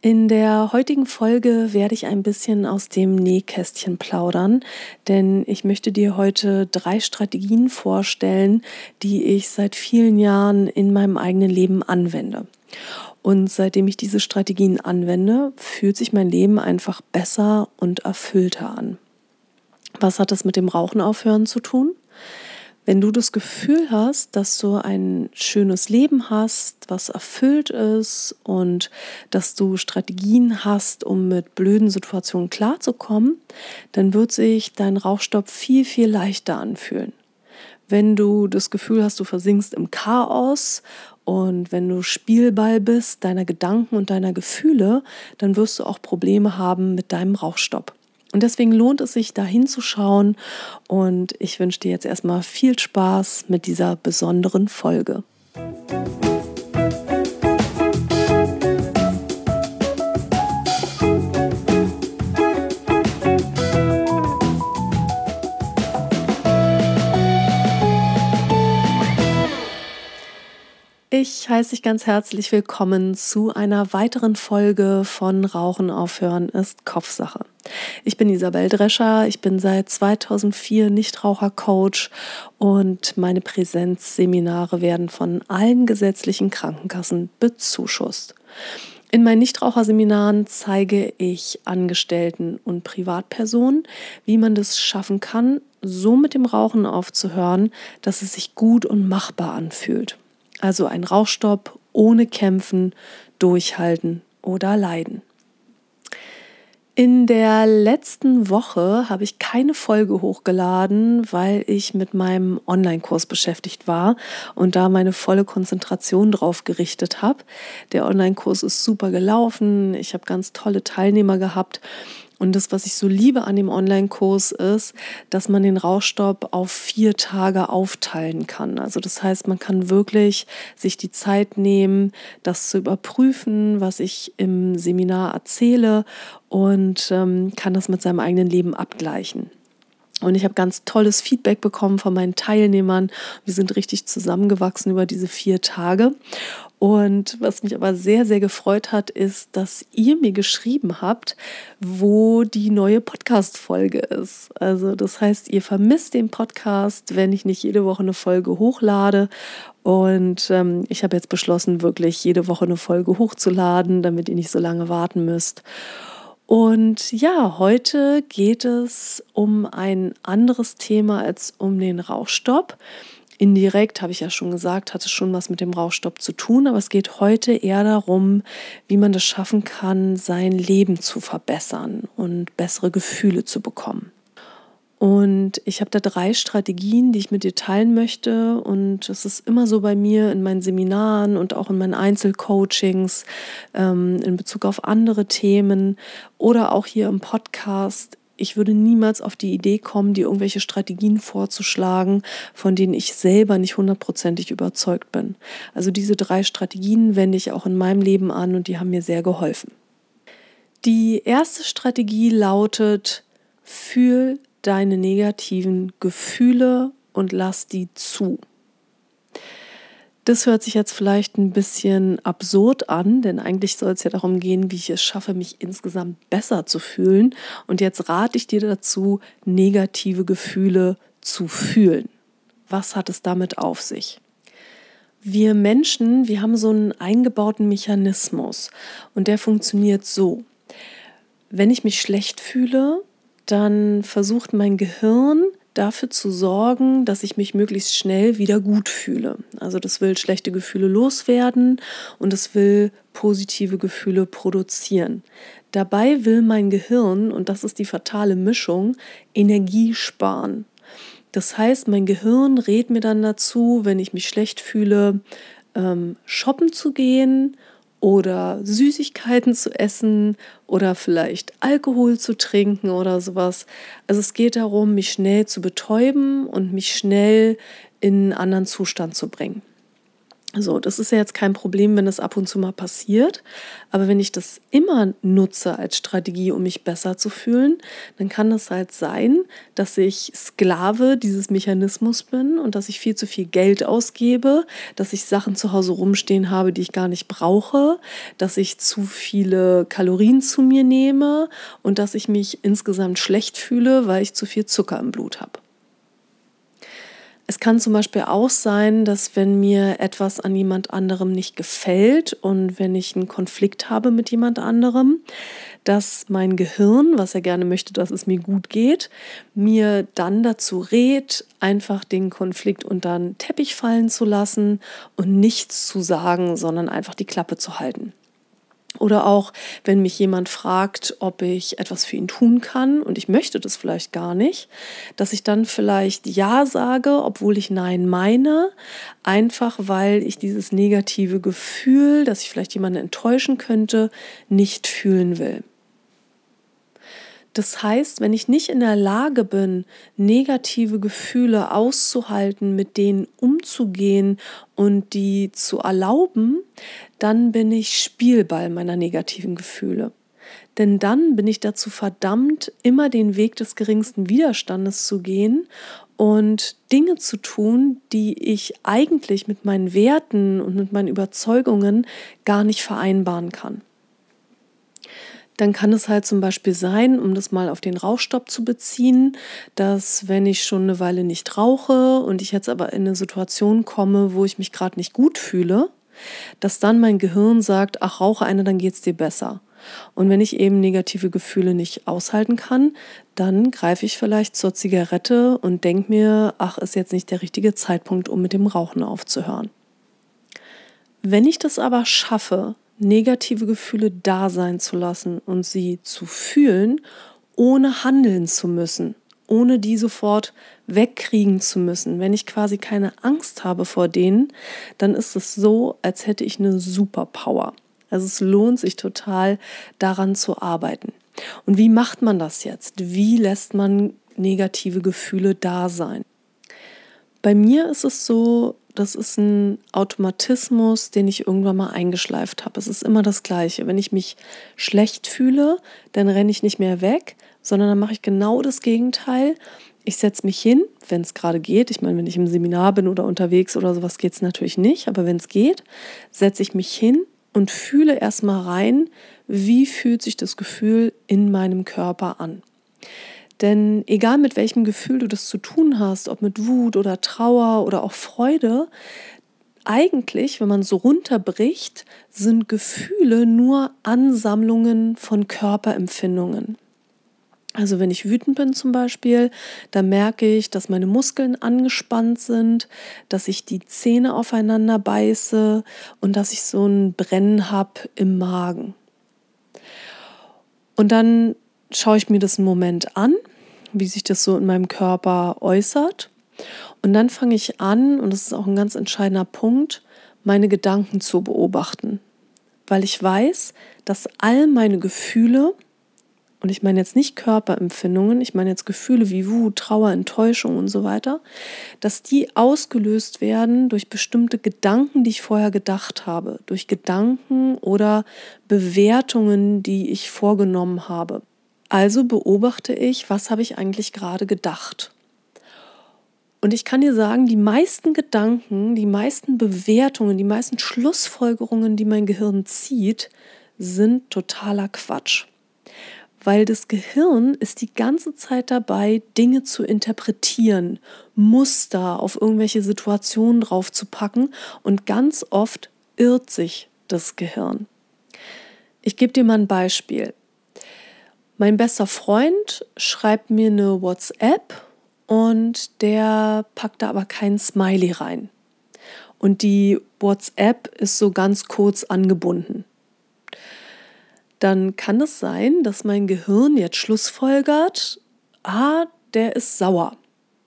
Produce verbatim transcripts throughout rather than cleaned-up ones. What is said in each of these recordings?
In der heutigen Folge werde ich ein bisschen aus dem Nähkästchen plaudern, denn ich möchte dir heute drei Strategien vorstellen, die ich seit vielen Jahren in meinem eigenen Leben anwende. Und seitdem ich diese Strategien anwende, fühlt sich mein Leben einfach besser und erfüllter an. Was hat das mit dem Rauchen aufhören zu tun? Wenn du das Gefühl hast, dass du ein schönes Leben hast, was erfüllt ist und dass du Strategien hast, um mit blöden Situationen klarzukommen, dann wird sich dein Rauchstopp viel, viel leichter anfühlen. Wenn du das Gefühl hast, du versinkst im Chaos und wenn du Spielball bist deiner Gedanken und deiner Gefühle, dann wirst du auch Probleme haben mit deinem Rauchstopp. Und deswegen lohnt es sich, da hinzuschauen, und ich wünsche dir jetzt erstmal viel Spaß mit dieser besonderen Folge. Ich heiße dich ganz herzlich willkommen zu einer weiteren Folge von Rauchen aufhören ist Kopfsache. Ich bin Isabel Drescher, ich bin seit zweitausendvier Nichtraucher-Coach und meine Präsenzseminare werden von allen gesetzlichen Krankenkassen bezuschusst. In meinen Nichtraucherseminaren zeige ich Angestellten und Privatpersonen, wie man das schaffen kann, so mit dem Rauchen aufzuhören, dass es sich gut und machbar anfühlt. Also ein Rauchstopp ohne Kämpfen, Durchhalten oder Leiden. In der letzten Woche habe ich keine Folge hochgeladen, weil ich mit meinem Online-Kurs beschäftigt war und da meine volle Konzentration drauf gerichtet habe. Der Online-Kurs ist super gelaufen, ich habe ganz tolle Teilnehmer gehabt. Und das, was ich so liebe an dem Online-Kurs ist, dass man den Rauchstopp auf vier Tage aufteilen kann. Also das heißt, man kann wirklich sich die Zeit nehmen, das zu überprüfen, was ich im Seminar erzähle, und ähm, kann das mit seinem eigenen Leben abgleichen. Und ich habe ganz tolles Feedback bekommen von meinen Teilnehmern. Wir sind richtig zusammengewachsen über diese vier Tage. Und was mich aber sehr, sehr gefreut hat, ist, dass ihr mir geschrieben habt, wo die neue Podcast-Folge ist. Also das heißt, ihr vermisst den Podcast, wenn ich nicht jede Woche eine Folge hochlade. Und ähm, ich habe jetzt beschlossen, wirklich jede Woche eine Folge hochzuladen, damit ihr nicht so lange warten müsst. Und ja, heute geht es um ein anderes Thema als um den Rauchstopp. Indirekt, habe ich ja schon gesagt, hat es schon was mit dem Rauchstopp zu tun, aber es geht heute eher darum, wie man das schaffen kann, sein Leben zu verbessern und bessere Gefühle zu bekommen. Und ich habe da drei Strategien, die ich mit dir teilen möchte, und es ist immer so bei mir in meinen Seminaren und auch in meinen Einzelcoachings ähm, in Bezug auf andere Themen oder auch hier im Podcast. Ich würde niemals auf die Idee kommen, dir irgendwelche Strategien vorzuschlagen, von denen ich selber nicht hundertprozentig überzeugt bin. Also diese drei Strategien wende ich auch in meinem Leben an und die haben mir sehr geholfen. Die erste Strategie lautet: Fühl deine negativen Gefühle und lass die zu. Das hört sich jetzt vielleicht ein bisschen absurd an, denn eigentlich soll es ja darum gehen, wie ich es schaffe, mich insgesamt besser zu fühlen. Und jetzt rate ich dir dazu, negative Gefühle zu fühlen. Was hat es damit auf sich? Wir Menschen, wir haben so einen eingebauten Mechanismus und der funktioniert so. Wenn ich mich schlecht fühle, dann versucht mein Gehirn dafür zu sorgen, dass ich mich möglichst schnell wieder gut fühle. Also das will schlechte Gefühle loswerden und es will positive Gefühle produzieren. Dabei will mein Gehirn, und das ist die fatale Mischung, Energie sparen. Das heißt, mein Gehirn rät mir dann dazu, wenn ich mich schlecht fühle, ähm, shoppen zu gehen oder Süßigkeiten zu essen oder vielleicht Alkohol zu trinken oder sowas. Also es geht darum, mich schnell zu betäuben und mich schnell in einen anderen Zustand zu bringen. So, das ist ja jetzt kein Problem, wenn das ab und zu mal passiert. Aber wenn ich das immer nutze als Strategie, um mich besser zu fühlen, dann kann das halt sein, dass ich Sklave dieses Mechanismus bin und dass ich viel zu viel Geld ausgebe, dass ich Sachen zu Hause rumstehen habe, die ich gar nicht brauche, dass ich zu viele Kalorien zu mir nehme und dass ich mich insgesamt schlecht fühle, weil ich zu viel Zucker im Blut habe. Es kann zum Beispiel auch sein, dass wenn mir etwas an jemand anderem nicht gefällt und wenn ich einen Konflikt habe mit jemand anderem, dass mein Gehirn, was ja gerne möchte, dass es mir gut geht, mir dann dazu rät, einfach den Konflikt unter den Teppich fallen zu lassen und nichts zu sagen, sondern einfach die Klappe zu halten. Oder auch, wenn mich jemand fragt, ob ich etwas für ihn tun kann und ich möchte das vielleicht gar nicht, dass ich dann vielleicht Ja sage, obwohl ich Nein meine, einfach weil ich dieses negative Gefühl, dass ich vielleicht jemanden enttäuschen könnte, nicht fühlen will. Das heißt, wenn ich nicht in der Lage bin, negative Gefühle auszuhalten, mit denen umzugehen und die zu erlauben, dann bin ich Spielball meiner negativen Gefühle. Denn dann bin ich dazu verdammt, immer den Weg des geringsten Widerstandes zu gehen und Dinge zu tun, die ich eigentlich mit meinen Werten und mit meinen Überzeugungen gar nicht vereinbaren kann. Dann kann es halt zum Beispiel sein, um das mal auf den Rauchstopp zu beziehen, dass wenn ich schon eine Weile nicht rauche und ich jetzt aber in eine Situation komme, wo ich mich gerade nicht gut fühle, dass dann mein Gehirn sagt, ach, rauche eine, dann geht's dir besser. Und wenn ich eben negative Gefühle nicht aushalten kann, dann greife ich vielleicht zur Zigarette und denke mir, ach, ist jetzt nicht der richtige Zeitpunkt, um mit dem Rauchen aufzuhören. Wenn ich das aber schaffe, negative Gefühle da sein zu lassen und sie zu fühlen, ohne handeln zu müssen, ohne die sofort wegkriegen zu müssen. Wenn ich quasi keine Angst habe vor denen, dann ist es so, als hätte ich eine Superpower. Also es lohnt sich total, daran zu arbeiten. Und wie macht man das jetzt? Wie lässt man negative Gefühle da sein? Bei mir ist es so, das ist ein Automatismus, den ich irgendwann mal eingeschleift habe. Es ist immer das Gleiche. Wenn ich mich schlecht fühle, dann renne ich nicht mehr weg, sondern dann mache ich genau das Gegenteil. Ich setze mich hin, wenn es gerade geht. Ich meine, wenn ich im Seminar bin oder unterwegs oder sowas, geht es natürlich nicht. Aber wenn es geht, setze ich mich hin und fühle erstmal rein, wie fühlt sich das Gefühl in meinem Körper an. Denn egal mit welchem Gefühl du das zu tun hast, ob mit Wut oder Trauer oder auch Freude, eigentlich, wenn man so runterbricht, sind Gefühle nur Ansammlungen von Körperempfindungen. Also wenn ich wütend bin zum Beispiel, dann merke ich, dass meine Muskeln angespannt sind, dass ich die Zähne aufeinander beiße und dass ich so ein Brennen habe im Magen. Und dann schaue ich mir das einen Moment an, wie sich das so in meinem Körper äußert. Und dann fange ich an, und das ist auch ein ganz entscheidender Punkt, meine Gedanken zu beobachten. Weil ich weiß, dass all meine Gefühle, und ich meine jetzt nicht Körperempfindungen, ich meine jetzt Gefühle wie Wut, Trauer, Enttäuschung und so weiter, dass die ausgelöst werden durch bestimmte Gedanken, die ich vorher gedacht habe, durch Gedanken oder Bewertungen, die ich vorgenommen habe. Also beobachte ich, was habe ich eigentlich gerade gedacht. Und ich kann dir sagen, die meisten Gedanken, die meisten Bewertungen, die meisten Schlussfolgerungen, die mein Gehirn zieht, sind totaler Quatsch. Weil das Gehirn ist die ganze Zeit dabei, Dinge zu interpretieren, Muster auf irgendwelche Situationen draufzupacken und ganz oft irrt sich das Gehirn. Ich gebe dir mal ein Beispiel. Mein bester Freund schreibt mir eine WhatsApp und der packt da aber kein Smiley rein. Und die WhatsApp ist so ganz kurz angebunden. Dann kann es sein, dass mein Gehirn jetzt schlussfolgert, ah, der ist sauer.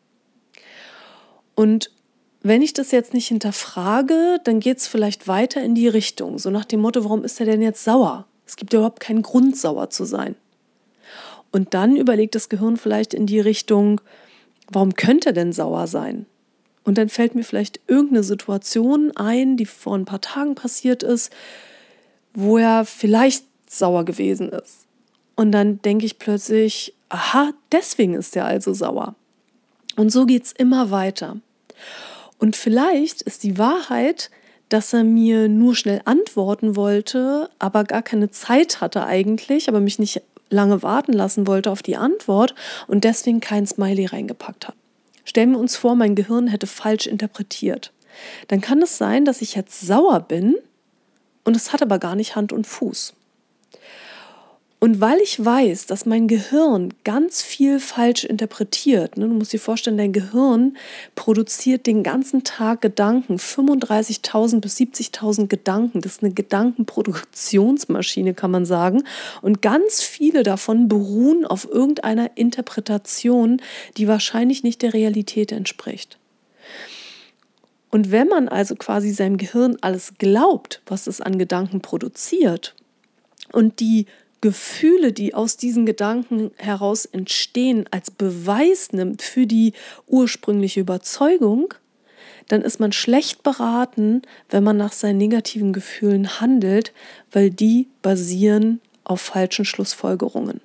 Und wenn ich das jetzt nicht hinterfrage, dann geht es vielleicht weiter in die Richtung. So nach dem Motto, warum ist er denn jetzt sauer? Es gibt ja überhaupt keinen Grund, sauer zu sein. Und dann überlegt das Gehirn vielleicht in die Richtung, warum könnte er denn sauer sein? Und dann fällt mir vielleicht irgendeine Situation ein, die vor ein paar Tagen passiert ist, wo er vielleicht sauer gewesen ist. Und dann denke ich plötzlich, aha, deswegen ist er also sauer. Und so geht es immer weiter. Und vielleicht ist die Wahrheit, dass er mir nur schnell antworten wollte, aber gar keine Zeit hatte eigentlich, aber mich nicht lange warten lassen wollte auf die Antwort und deswegen kein Smiley reingepackt hat. Stellen wir uns vor, mein Gehirn hätte falsch interpretiert. Dann kann es sein, dass ich jetzt sauer bin und es hat aber gar nicht Hand und Fuß. Und weil ich weiß, dass mein Gehirn ganz viel falsch interpretiert, ne, du musst dir vorstellen, dein Gehirn produziert den ganzen Tag Gedanken, fünfunddreißigtausend bis siebzigtausend Gedanken, das ist eine Gedankenproduktionsmaschine, kann man sagen, und ganz viele davon beruhen auf irgendeiner Interpretation, die wahrscheinlich nicht der Realität entspricht. Und wenn man also quasi seinem Gehirn alles glaubt, was es an Gedanken produziert und die Gefühle, die aus diesen Gedanken heraus entstehen, als Beweis nimmt für die ursprüngliche Überzeugung, dann ist man schlecht beraten, wenn man nach seinen negativen Gefühlen handelt, weil die basieren auf falschen Schlussfolgerungen.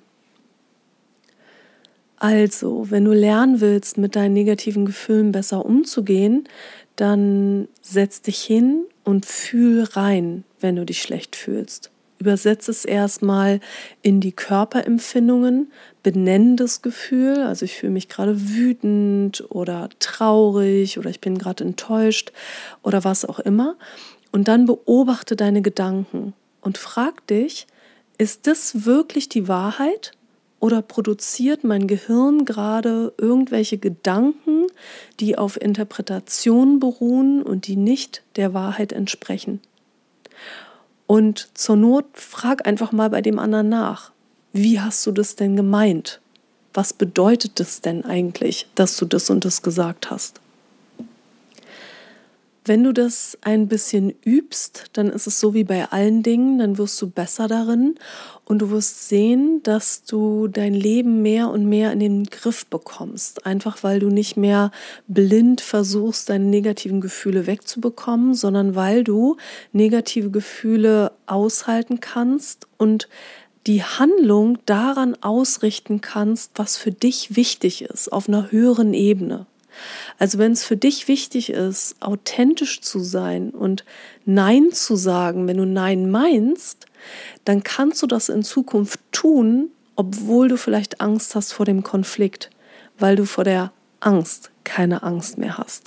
Also, wenn du lernen willst, mit deinen negativen Gefühlen besser umzugehen, dann setz dich hin und fühl rein, wenn du dich schlecht fühlst. Übersetze es erstmal in die Körperempfindungen, benenne das Gefühl, also ich fühle mich gerade wütend oder traurig oder ich bin gerade enttäuscht oder was auch immer. Und dann beobachte deine Gedanken und frag dich, ist das wirklich die Wahrheit oder produziert mein Gehirn gerade irgendwelche Gedanken, die auf Interpretationen beruhen und die nicht der Wahrheit entsprechen? Und zur Not frag einfach mal bei dem anderen nach. Wie hast du das denn gemeint? Was bedeutet es denn eigentlich, dass du das und das gesagt hast? Wenn du das ein bisschen übst, dann ist es so wie bei allen Dingen, dann wirst du besser darin und du wirst sehen, dass du dein Leben mehr und mehr in den Griff bekommst. Einfach weil du nicht mehr blind versuchst, deine negativen Gefühle wegzubekommen, sondern weil du negative Gefühle aushalten kannst und die Handlung daran ausrichten kannst, was für dich wichtig ist, auf einer höheren Ebene. Also wenn es für dich wichtig ist, authentisch zu sein und Nein zu sagen, wenn du Nein meinst, dann kannst du das in Zukunft tun, obwohl du vielleicht Angst hast vor dem Konflikt, weil du vor der Angst keine Angst mehr hast.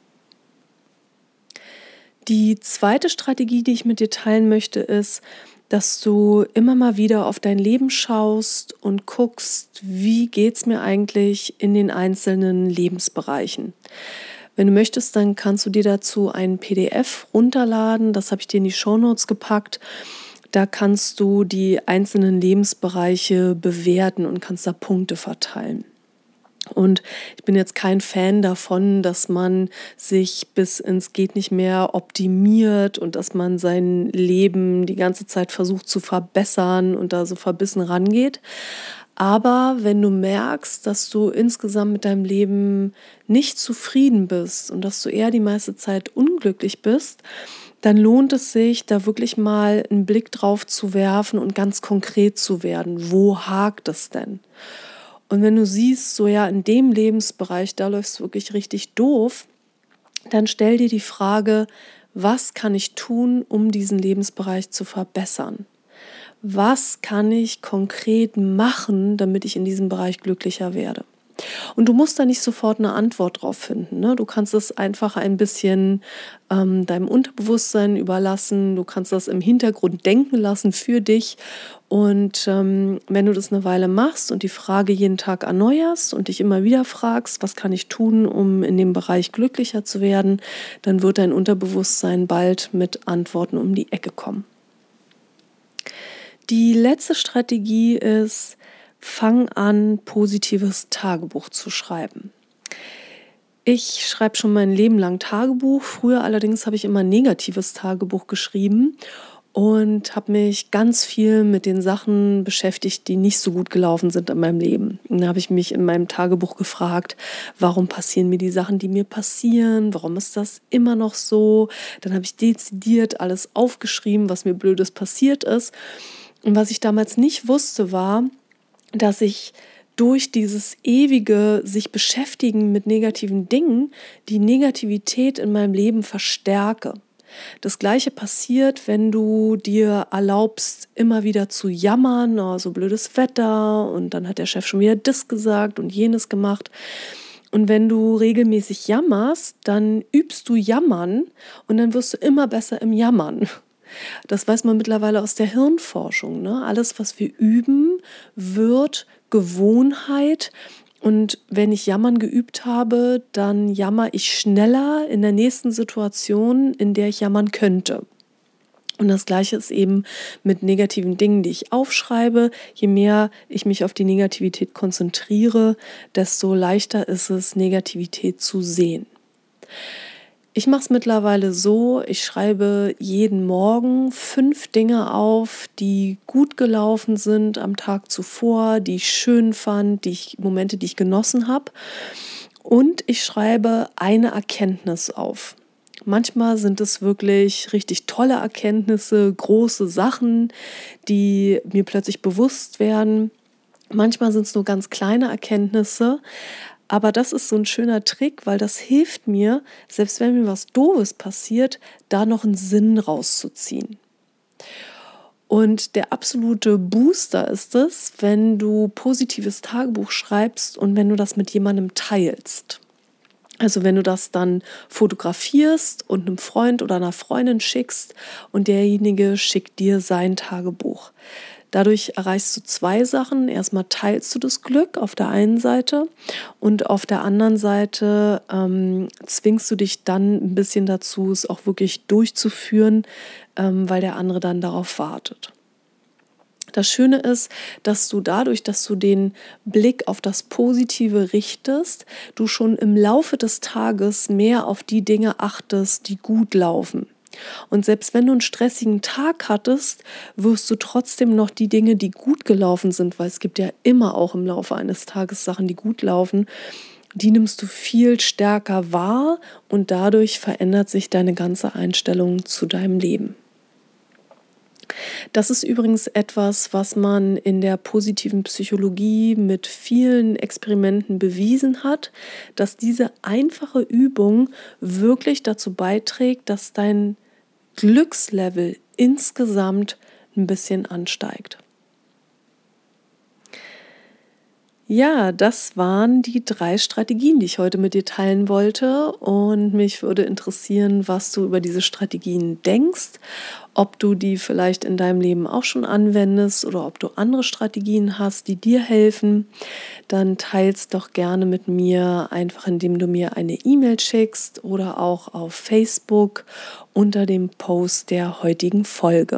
Die zweite Strategie, die ich mit dir teilen möchte, ist, dass du immer mal wieder auf dein Leben schaust und guckst, wie geht es mir eigentlich in den einzelnen Lebensbereichen. Wenn du möchtest, dann kannst du dir dazu ein P D F runterladen, das habe ich dir in die Shownotes gepackt. Da kannst du die einzelnen Lebensbereiche bewerten und kannst da Punkte verteilen. Und ich bin jetzt kein Fan davon, dass man sich bis ins geht nicht mehr optimiert und dass man sein Leben die ganze Zeit versucht zu verbessern und da so verbissen rangeht. Aber wenn du merkst, dass du insgesamt mit deinem Leben nicht zufrieden bist und dass du eher die meiste Zeit unglücklich bist, dann lohnt es sich, da wirklich mal einen Blick drauf zu werfen und ganz konkret zu werden. Wo hakt es denn? Und wenn du siehst, so ja, in dem Lebensbereich, da läuft es wirklich richtig doof, dann stell dir die Frage, was kann ich tun, um diesen Lebensbereich zu verbessern? Was kann ich konkret machen, damit ich in diesem Bereich glücklicher werde? Und du musst da nicht sofort eine Antwort drauf finden, ne? Du kannst es einfach ein bisschen ähm, deinem Unterbewusstsein überlassen. Du kannst das im Hintergrund denken lassen für dich. Und ähm, wenn du das eine Weile machst und die Frage jeden Tag erneuerst und dich immer wieder fragst, was kann ich tun, um in dem Bereich glücklicher zu werden, dann wird dein Unterbewusstsein bald mit Antworten um die Ecke kommen. Die letzte Strategie ist, fang an, positives Tagebuch zu schreiben. Ich schreibe schon mein Leben lang Tagebuch. Früher allerdings habe ich immer ein negatives Tagebuch geschrieben. und habe mich ganz viel mit den Sachen beschäftigt, die nicht so gut gelaufen sind in meinem Leben. Und da habe ich mich in meinem Tagebuch gefragt, warum passieren mir die Sachen, die mir passieren? Warum ist das immer noch so? Dann habe ich dezidiert alles aufgeschrieben, was mir Blödes passiert ist. Und was ich damals nicht wusste, war, dass ich durch dieses ewige sich beschäftigen mit negativen Dingen die Negativität in meinem Leben verstärke. Das Gleiche passiert, wenn du dir erlaubst, immer wieder zu jammern, oh, so blödes Wetter und dann hat der Chef schon wieder das gesagt und jenes gemacht. Und wenn du regelmäßig jammerst, dann übst du Jammern und dann wirst du immer besser im Jammern. Das weiß man mittlerweile aus der Hirnforschung, ne? Alles, was wir üben, wird Gewohnheit. Und wenn ich Jammern geübt habe, dann jammer ich schneller in der nächsten Situation, in der ich jammern könnte. Und das Gleiche ist eben mit negativen Dingen, die ich aufschreibe. Je mehr ich mich auf die Negativität konzentriere, desto leichter ist es, Negativität zu sehen. Ich mache es mittlerweile so, ich schreibe jeden Morgen fünf Dinge auf, die gut gelaufen sind am Tag zuvor, die ich schön fand, die ich, Momente, die ich genossen habe. Und ich schreibe eine Erkenntnis auf. Manchmal sind es wirklich richtig tolle Erkenntnisse, große Sachen, die mir plötzlich bewusst werden. Manchmal sind es nur ganz kleine Erkenntnisse. Aber das ist so ein schöner Trick, weil das hilft mir, selbst wenn mir was Doofes passiert, da noch einen Sinn rauszuziehen. Und der absolute Booster ist es, wenn du positives Tagebuch schreibst und wenn du das mit jemandem teilst. Also wenn du das dann fotografierst und einem Freund oder einer Freundin schickst und derjenige schickt dir sein Tagebuch. Dadurch erreichst du zwei Sachen. Erstmal teilst du das Glück auf der einen Seite und auf der anderen Seite ähm, zwingst du dich dann ein bisschen dazu, es auch wirklich durchzuführen, ähm, weil der andere dann darauf wartet. Das Schöne ist, dass du dadurch, dass du den Blick auf das Positive richtest, du schon im Laufe des Tages mehr auf die Dinge achtest, die gut laufen. Und selbst wenn du einen stressigen Tag hattest, wirst du trotzdem noch die Dinge, die gut gelaufen sind, weil es gibt ja immer auch im Laufe eines Tages Sachen, die gut laufen, die nimmst du viel stärker wahr und dadurch verändert sich deine ganze Einstellung zu deinem Leben. Das ist übrigens etwas, was man in der positiven Psychologie mit vielen Experimenten bewiesen hat, dass diese einfache Übung wirklich dazu beiträgt, dass dein Glückslevel insgesamt ein bisschen ansteigt. Ja, das waren die drei Strategien, die ich heute mit dir teilen wollte, und mich würde interessieren, was du über diese Strategien denkst, ob du die vielleicht in deinem Leben auch schon anwendest oder ob du andere Strategien hast, die dir helfen. Dann teilst doch gerne mit mir, einfach indem du mir eine E-Mail schickst oder auch auf Facebook unter dem Post der heutigen Folge.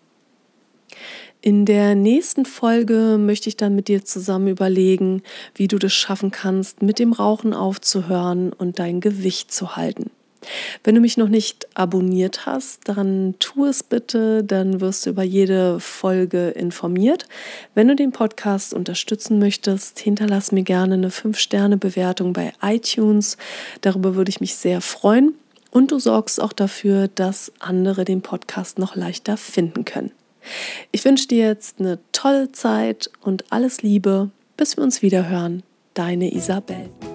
In der nächsten Folge möchte ich dann mit dir zusammen überlegen, wie du das schaffen kannst, mit dem Rauchen aufzuhören und dein Gewicht zu halten. Wenn du mich noch nicht abonniert hast, dann tu es bitte, dann wirst du über jede Folge informiert. Wenn du den Podcast unterstützen möchtest, hinterlass mir gerne eine fünf Sterne Bewertung bei iTunes. Darüber würde ich mich sehr freuen. Und du sorgst auch dafür, dass andere den Podcast noch leichter finden können. Ich wünsche dir jetzt eine tolle Zeit und alles Liebe, bis wir uns wieder hören. Deine Isabel.